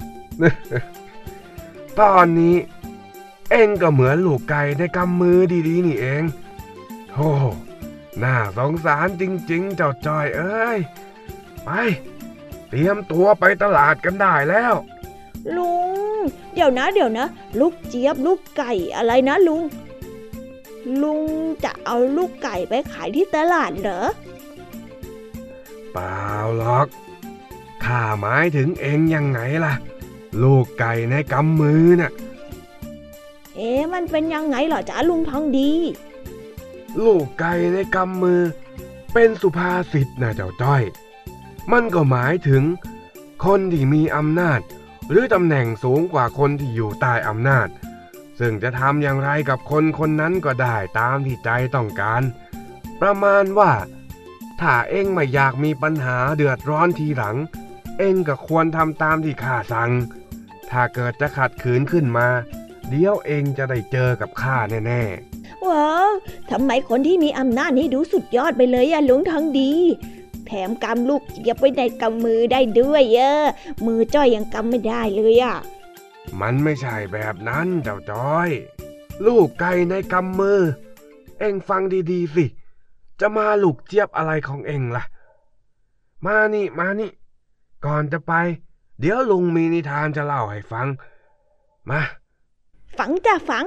ตอนนี้เอ็งก็เหมือนลูกไก่ในกำมือดีๆนี่เองโธ่น่าสงสารจริงๆเจ้าจ้อยเอ้ยไปเตรียมตัวไปตลาดกันได้แล้วลุงเดี๋ยวนะเดี๋ยวนะลูกเจี๊ยบลูกไก่อะไรนะลุงลุงจะเอาลูกไก่ไปขายที่ตลาดเหรอเปล่าหรอกข้าหมายถึงเอ็งยังไงล่ะลูกไก่ในกำมือน่ะเอ๊ะมันเป็นยังไงเหรอจ๊ะลุงทองดีลูกไก่ในกำมือเป็นสุภาษิตนะเจ้าจ้อยมันก็หมายถึงคนที่มีอำนาจหรือตำแหน่งสูงกว่าคนที่อยู่ใต้อำนาจซึ่งจะทำอย่างไรกับคนคนนั้นก็ได้ตามที่ใจต้องการประมาณว่าถ้าเอ็งไม่อยากมีปัญหาเดือดร้อนทีหลังเอ็งก็ควรทำตามที่ข้าสั่งถ้าเกิดจะขัดขืนขึ้นมาเดี๋ยวเอ็งจะได้เจอกับข้าแน่ๆว้าวทำไมคนที่มีอำนาจนี่ดูสุดยอดไปเลยอะลุงทองดีแถมกำลูกเจี๊ยบไว้ในกำมือได้ด้วยเออมือจ้อยยังกำไม่ได้เลยอะมันไม่ใช่แบบนั้นเจ้าจ้อยลูกไก่ในกำมือเอ็งฟังดีๆสิจะมาลูกเจี๊ยบอะไรของเอ็งล่ะมานี่มานี่ก่อนจะไปเดี๋ยวลุงมีนิทานจะเล่าให้ฟังมาฟังจ้ะฟัง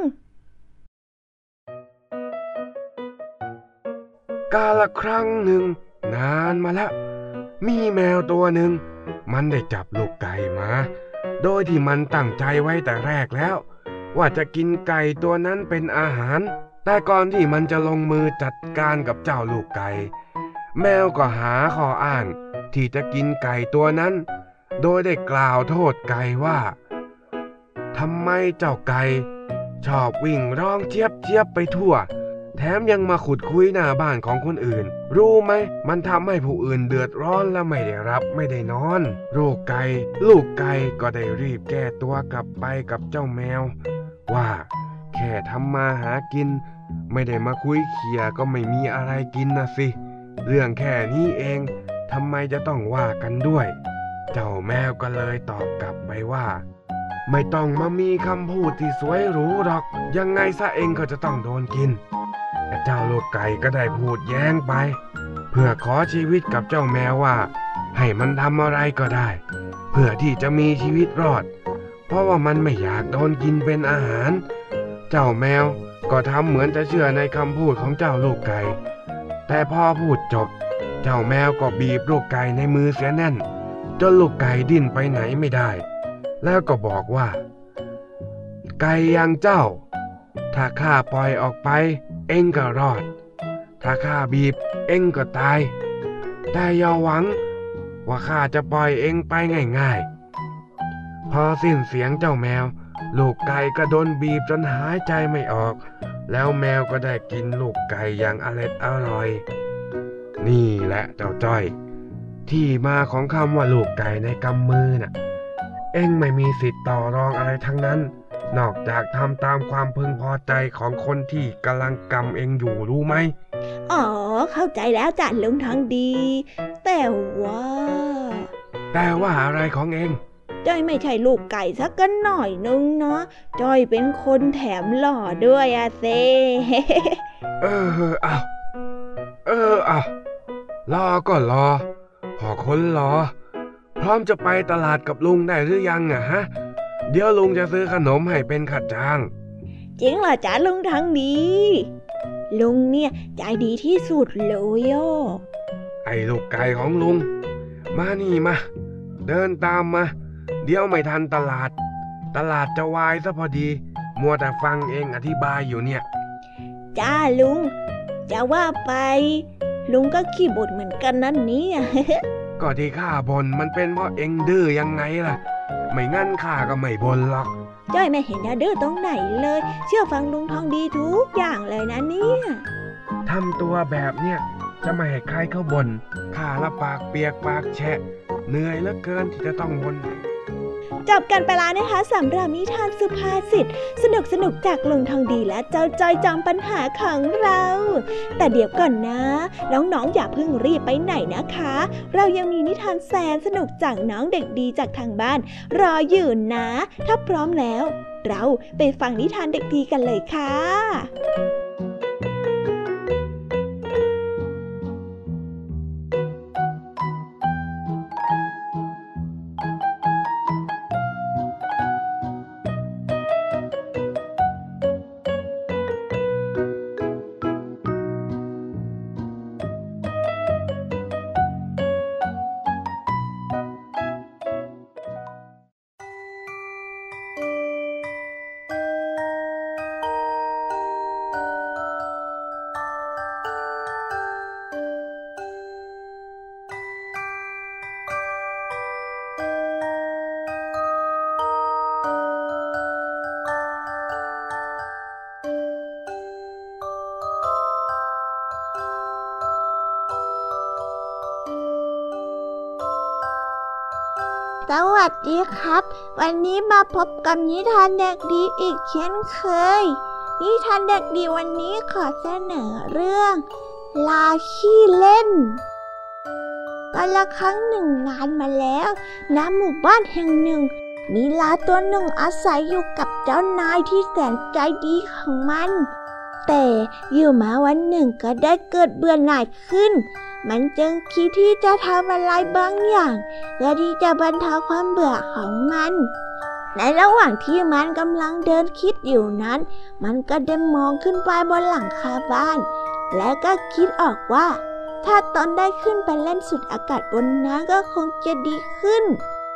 กาลครั้งหนึ่งนานมาแล้วมีแมวตัวหนึ่งมันได้จับลูกไก่มาโดยที่มันตั้งใจไว้แต่แรกแล้วว่าจะกินไก่ตัวนั้นเป็นอาหารแต่ก่อนที่มันจะลงมือจัดการกับเจ้าลูกไก่แมวก็หาข้ออ้างที่จะกินไก่ตัวนั้นโดยได้กล่าวโทษไก่ว่าทำไมเจ้าไก่ชอบวิ่งร้องเจี๊ยบเจี๊ยบไปทั่วแถมยังมาขุดคุยหน้าบ้านของคนอื่นรู้ไหมมันทำให้ผู้อื่นเดือดร้อนและไม่ได้รับไม่ได้นอนลูกไก่ลูกไก่ก็ได้รีบแก้ตัวกลับไปกับเจ้าแมวว่าแค่ทำมาหากินไม่ได้มาคุยเขี่ยก็ไม่มีอะไรกินนะสิเรื่องแค่นี้เองทำไมจะต้องว่ากันด้วยเจ้าแมวก็เลยตอบกลับไปว่าไม่ต้องมามีคำพูดที่สวยหรูหรอกยังไงซะเองก็จะต้องโดนกินแต่เจ้าลูกไก่ก็ได้พูดแย้งไปเพื่อขอชีวิตกับเจ้าแมวว่าให้มันทำอะไรก็ได้เพื่อที่จะมีชีวิตรอดเพราะว่ามันไม่อยากโดนกินเป็นอาหารเจ้าแมวก็ทำเหมือนจะเชื่อในคำพูดของเจ้าลูกไก่แต่พอพูดจบเจ้าแมวก็บีบลูกไก่ในมือเสียแน่นจนลูกไก่ดิ้นไปไหนไม่ได้แล้วก็บอกว่าไก่อย่างเจ้าถ้าข้าปล่อยออกไปเอ็งก็รอดถ้าข้าบีบเอ็งก็ตายแต่อย่าหวังว่าข้าจะปล่อยเอ็งไปง่ายๆพอสิ้นเสียงเจ้าแมวลูกไก่ก็โดนบีบจนหายใจไม่ออกแล้วแมวก็ได้กินลูกไก่อย่างอร็ดอร่อยนี่แหละเจ้าจ้อยที่มาของคำว่าลูกไก่ในกำมือน่ะเอ็งไม่มีสิทธิ์ต่อรองอะไรทั้งนั้นนอกจากทำตามความพึงพอใจของคนที่กำลังกำเอ็งอยู่รู้ไหมอ๋อเข้าใจแล้วจ้ะลุงทองดีแต่ว่าแต่ว่าอะไรของเอ็งจ้อยไม่ใช่ลูกไก่สักกันหน่อยนึงเนาะจ้อยเป็นคนแถมหล่อด้วยอะเซเออเอาเออเอารอก็รอพอคนรอพร้อมจะไปตลาดกับลุงได้หรือยังอะฮะเดี๋ยวลุงจะซื้อขนมให้เป็นค่าจ้างจริงเหรอจ๊ะลุงทองดีลุงเนี่ยใจดีที่สุดเลยโยไอ้ลูกไก่ของลุงมานี่มาเดินตามมาเดี๋ยวไม่ทันตลาดตลาดจะวายซะพอดีมัวแต่ฟังเองอธิบายอยู่เนี่ยจ้าลุงจะว่าไปลุงก็ขี้บ่นเหมือนกันนั่นนี่ก็ที่ข้าบ่นมันเป็นเพราะเองดื้อยังไงล่ะไม่งั้นข้าก็ไม่บ่นหรอกจ้อยไม่เห็นจะดื้อตรงไหนเลยเชื่อฟังลุงทองดีทุกอย่างเลยนะเนี่ยทำตัวแบบเนี้ยจะไม่ให้ใครเขาบ่นข้าละปากเปียกปากแฉะเหนื่อยเหลือเกินที่จะต้องบ่นจบกันไปแล้วนะคะสำหรับนิทานสุภาษิตสนุกสนุกจากลุงทองดีและเจ้าจ้อยจอมปัญหาของเราแต่เดี๋ยวก่อนนะน้องๆอย่าเพิ่งรีบไปไหนนะคะเรายังมีนิทานแสนสนุกจากน้องเด็กดีจากทางบ้านรออยู่นะถ้าพร้อมแล้วเราไปฟังนิทานเด็กดีกันเลยค่ะสวัสดีครับวันนี้มาพบกับนิทานเด็กดีอีกเช่นเคยนิทานเด็กดีวันนี้ขอเสนอเรื่องลาขี้เล่นกาลครั้งหนึ่งนานมาแล้วณหมู่บ้านแห่งหนึ่งมีลาตัวหนึ่งอาศัยอยู่กับเจ้านายที่แสนใจดีของมันแต่อยู่มาวันหนึ่งก็ได้เกิดเบื่อหน่ายขึ้นมันจึงคิดที่จะทำอะไรบางอย่างเพื่อที่จะบรรเทาความเบื่อของมันในระหว่างที่มันกำลังเดินคิดอยู่นั้นมันก็ได้มองขึ้นไปบนหลังคาบ้านและก็คิดออกว่าถ้าตนได้ขึ้นไปเล่นสุดอากาศบนน้ำก็คงจะดีขึ้น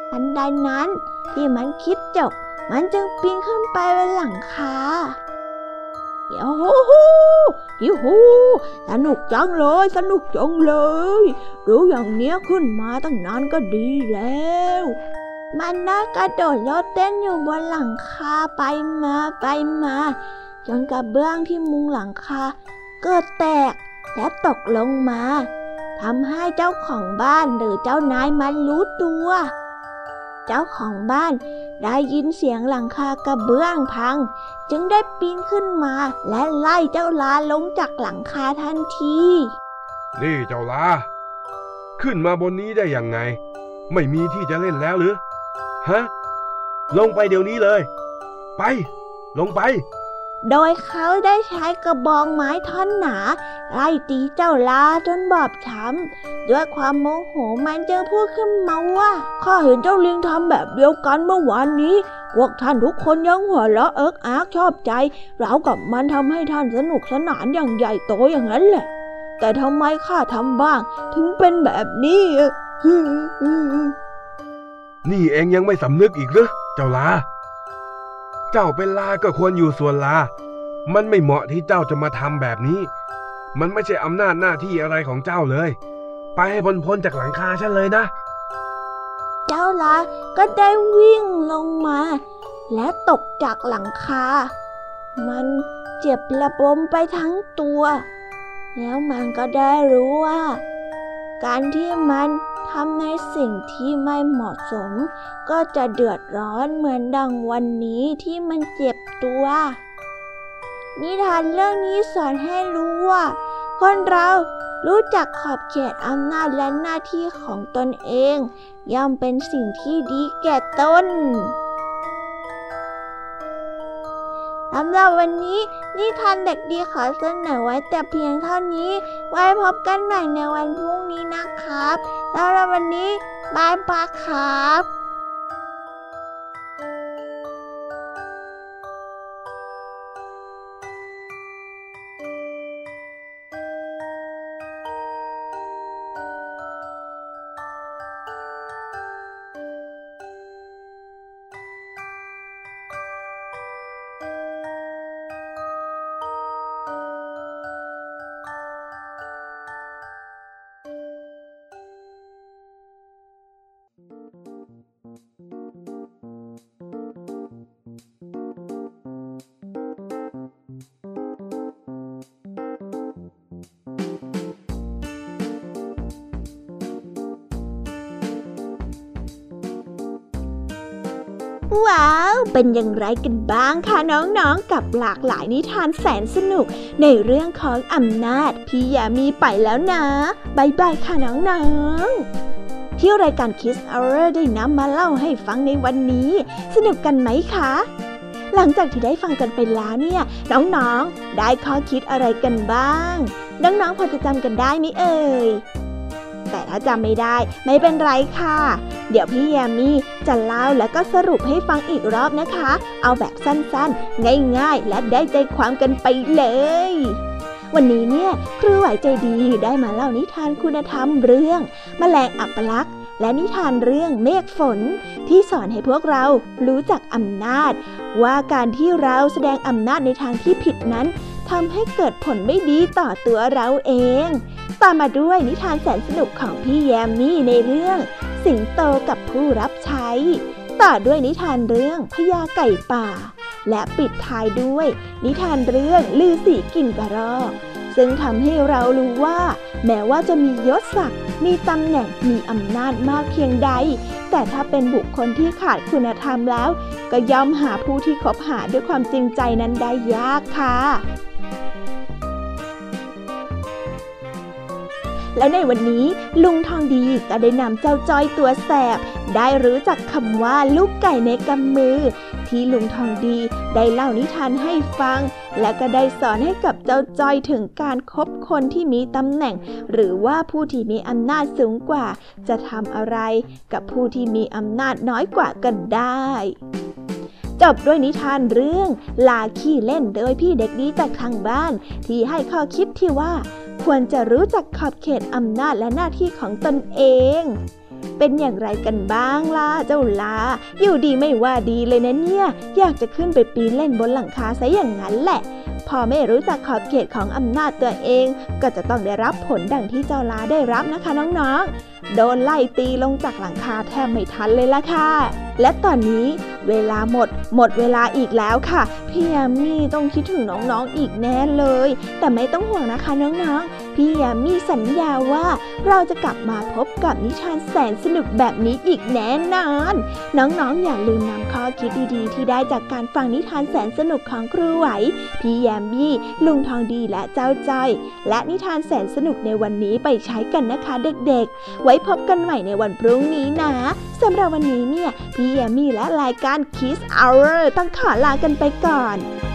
ทันใดนั้นที่มันคิดจบมันจึงปีนขึ้นไปบนหลังคาโอ้โหยูหูสนุกจังเลยสนุกจังเลยรู้อย่างเนี้ยขึ้นมาตั้งนานก็ดีแล้วมันน่ากระโดดโลดเต้นอยู่บนหลังคาไปมาไปมาจนกระเบื้องที่มุงหลังคาเกิดแตกและตกลงมาทำให้เจ้าของบ้านหรือเจ้านายมันรู้ตัวเจ้าของบ้านได้ยินเสียงหลังคากระเบื้องพังจึงได้ปีนขึ้นมาและไล่เจ้าลาลงจากหลังคาทันทีนี่เจ้าลาขึ้นมาบนนี้ได้ยังไงไม่มีที่จะเล่นแล้วหรือฮะลงไปเดี๋ยวนี้เลยไปลงไปโดยเขาได้ใช้กระบองไม้ท่อนหนาไล่ตีเจ้าลาจนบอบช้ำด้วยความโมโหมันจึงพูดขึ้นมาว่าข้าเห็นเจ้าลิงทำแบบเดียวกันเมื่อวานนี้พวกท่านทุกคนยังหัวเราะเอิกอักชอบใจเรากับมันทำให้ท่านสนุกสนานอย่างใหญ่โตอย่างนั้นแหละแต่ทำไมข้าทำบ้างถึงเป็นแบบนี้นี่เองยังไม่สำนึกอีกหรือเจ้าลาเจ้าเป็นลาก็ควรอยู่ส่วนลามันไม่เหมาะที่เจ้าจะมาทำแบบนี้มันไม่ใช่อำนาจหน้าที่อะไรของเจ้าเลยไปให้พ้นๆจากหลังคาฉันเลยนะเจ้าลาก็ได้วิ่งลงมาและตกจากหลังคามันเจ็บระบมไปทั้งตัวแล้วมันก็ได้รู้ว่าการที่มันทำในสิ่งที่ไม่เหมาะสมก็จะเดือดร้อนเหมือนดังวันนี้ที่มันเจ็บตัวนิทานเรื่องนี้สอนให้รู้ว่าคนเรารู้จักขอบเขตอำนาจและหน้าที่ของตนเองย่อมเป็นสิ่งที่ดีแก่ตนสำหรับวันนี้นิทานเด็กดีขอเสนอไว้แต่เพียงเท่านี้ไว้พบกันใหม่ในวันพรุ่งนี้นะครับสำหรับวันนี้บายบายครับ ว้าวเป็นอย่างไรกันบ้างคะน้องๆกับหลากหลายนิทานแสนสนุกในเรื่องของอำนาจพี่ยามีไปแล้วนะบ๊ายบายค่ะน้องๆที่รายการ Kids Hour ได้นำมาเล่าให้ฟังในวันนี้สนุกกันไหมคะหลังจากที่ได้ฟังกันไปแล้วเนี่ยน้องๆได้ข้อคิดอะไรกันบ้างน้องๆพอจะจำกันได้ไหมเอ่ยแต่ถ้าจำไม่ได้ไม่เป็นไรค่ะเดี๋ยวพี่แยมมี่จะเล่าแล้วก็สรุปให้ฟังอีกรอบนะคะเอาแบบสั้นๆง่ายๆและได้ใจความกันไปเลยวันนี้เนี่ยครูไหวใจดีได้มาเล่านิทานคุณธรรมเรื่องแมลงอัปลักษณ์และนิทานเรื่องเมฆฝนที่สอนให้พวกเรารู้จักอำนาจว่าการที่เราแสดงอำนาจในทางที่ผิดนั้นทำให้เกิดผลไม่ดีต่อตัวเราเองตามมาด้วยนิทานแสนสนุกของพี่แยมมี่ในเรื่องสิงโตกับผู้รับใช้ต่อด้วยนิทานเรื่องพญาไก่ป่าและปิดท้ายด้วยนิทานเรื่องฤาษีกินกระรอกซึ่งทำให้เรารู้ว่าแม้ว่าจะมียศศักดิ์มีตำแหน่งมีอำนาจมากเพียงใดแต่ถ้าเป็นบุคคลที่ขาดคุณธรรมแล้วก็ย่อมหาผู้ที่คบหาด้วยความจริงใจนั้นได้ยากค่ะและในวันนี้ลุงทองดีก็ได้นำเจ้าจ้อยตัวแสบได้รู้จักคำว่าลูกไก่ในกำมือที่ลุงทองดีได้เล่านิทานให้ฟังและก็ได้สอนให้กับเจ้าจ้อยถึงการคบคนที่มีตำแหน่งหรือว่าผู้ที่มีอำนาจสูงกว่าจะทำอะไรกับผู้ที่มีอำนาจน้อยกว่ากันได้จบด้วยนิทานเรื่องลาขี้เล่นโดยพี่เด็กดีจากทางบ้านที่ให้ข้อคิดที่ว่าควรจะรู้จักขอบเขตอำนาจและหน้าที่ของตนเองเป็นอย่างไรกันบ้างล่ะเจ้าลาอยู่ดีไม่ว่าดีเลยนะเนี่ยอยากจะขึ้นไปปีนเล่นบนหลังคาซะอย่างนั้นแหละพอไม่รู้จักขอบเขตของอำนาจตัวเองก็จะต้องได้รับผลดังที่เจ้าลาได้รับนะคะน้องๆโดนไล่ตีลงจากหลังคาแทบไม่ทันเลยล่ะค่ะและตอนนี้เวลาหมดหมดเวลาอีกแล้วค่ะพี่แยมมี่ต้องคิดถึงน้องๆอีกแน่เลยแต่ไม่ต้องห่วงนะคะน้องๆพี่แยมมี่สัญญาว่าเราจะกลับมาพบกับนิทานแสนสนุกแบบนี้อีกแน่นอนน้องๆอย่าลืมนำข้อคิดดีๆที่ได้จากการฟังนิทานแสนสนุกของครูไหวพี่แยมมี่ลุงทองดีและเจ้าจ้อยและนิทานแสนสนุกในวันนี้ไปใช้กันนะคะเด็กๆไว้พบกันใหม่ในวันพรุ่งนี้นะสำหรับวันนี้เนี่ยพี่แยมมี่และรายการ Kids Hour ต้องขอลากันไปก่อน